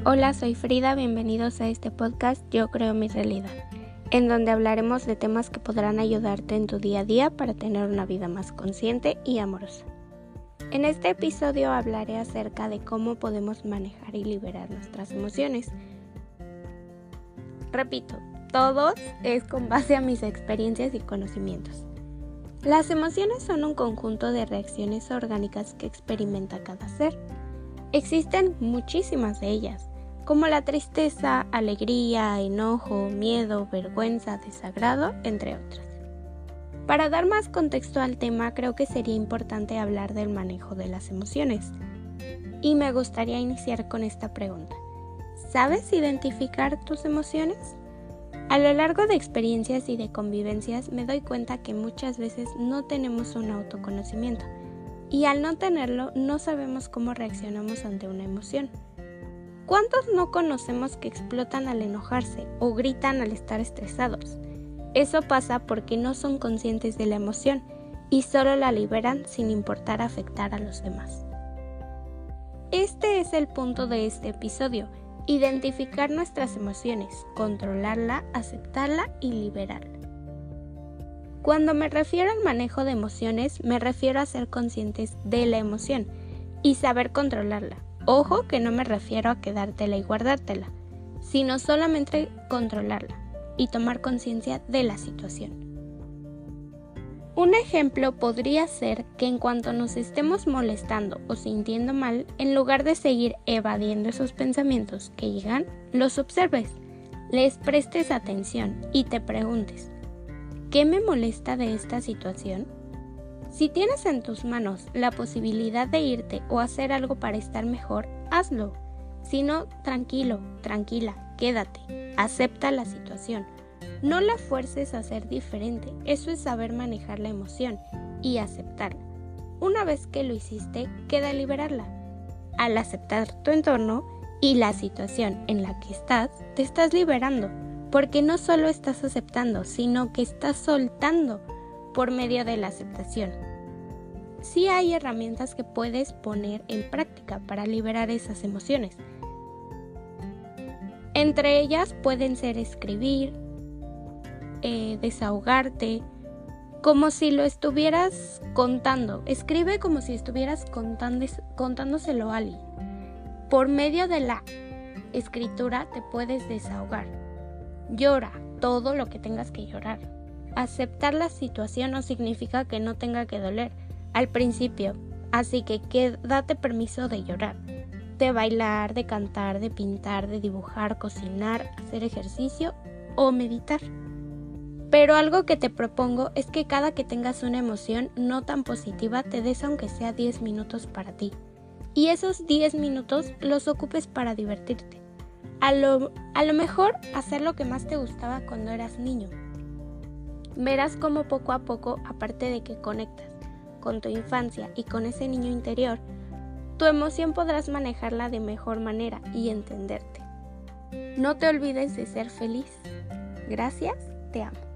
Hola, soy Frida, bienvenidos a este podcast Yo Creo Mi Realidad, en donde hablaremos de temas que podrán ayudarte en tu día a día para tener una vida más consciente y amorosa. En este episodio hablaré acerca de cómo podemos manejar y liberar nuestras emociones. Repito, todo es con base a mis experiencias y conocimientos. Las emociones son un conjunto de reacciones orgánicas que experimenta cada ser. Existen muchísimas de ellas, como la tristeza, alegría, enojo, miedo, vergüenza, desagrado, entre otras. Para dar más contexto al tema, creo que sería importante hablar del manejo de las emociones. Y me gustaría iniciar con esta pregunta. ¿Sabes identificar tus emociones? A lo largo de experiencias y de convivencias me doy cuenta que muchas veces no tenemos un autoconocimiento y al no tenerlo no sabemos cómo reaccionamos ante una emoción. ¿Cuántos no conocemos que explotan al enojarse o gritan al estar estresados? Eso pasa porque no son conscientes de la emoción y solo la liberan sin importar afectar a los demás. Este es el punto de este episodio: identificar nuestras emociones, controlarla, aceptarla y liberarla. Cuando me refiero al manejo de emociones, me refiero a ser conscientes de la emoción y saber controlarla. Ojo que no me refiero a quedártela y guardártela, sino solamente controlarla y tomar conciencia de la situación. Un ejemplo podría ser que en cuanto nos estemos molestando o sintiendo mal, en lugar de seguir evadiendo esos pensamientos que llegan, los observes, les prestes atención y te preguntes, ¿qué me molesta de esta situación? Si tienes en tus manos la posibilidad de irte o hacer algo para estar mejor, hazlo. Si no, tranquilo, tranquila, quédate, acepta la situación. No la fuerces a ser diferente, eso es saber manejar la emoción y aceptarla. Una vez que lo hiciste, queda liberarla. Al aceptar tu entorno y la situación en la que estás, te estás liberando, porque no solo estás aceptando, sino que estás soltando por medio de la aceptación. Sí hay herramientas que puedes poner en práctica para liberar esas emociones. Entre ellas pueden ser escribir, desahogarte, como si lo estuvieras contando. Escribe como si estuvieras contándoselo a alguien. Por medio de la escritura te puedes desahogar. Llora todo lo que tengas que llorar. Aceptar la situación no significa que no tenga que doler al principio, así que date permiso de llorar, de bailar, de cantar, de pintar, de dibujar, cocinar, hacer ejercicio o meditar. Pero algo que te propongo es que cada que tengas una emoción no tan positiva te des aunque sea 10 minutos para ti, y esos 10 minutos los ocupes para divertirte. A lo mejor hacer lo que más te gustaba cuando eras niño. Verás cómo poco a poco, aparte de que conectas con tu infancia y con ese niño interior, tu emoción podrás manejarla de mejor manera y entenderte. No te olvides de ser feliz. Gracias, te amo.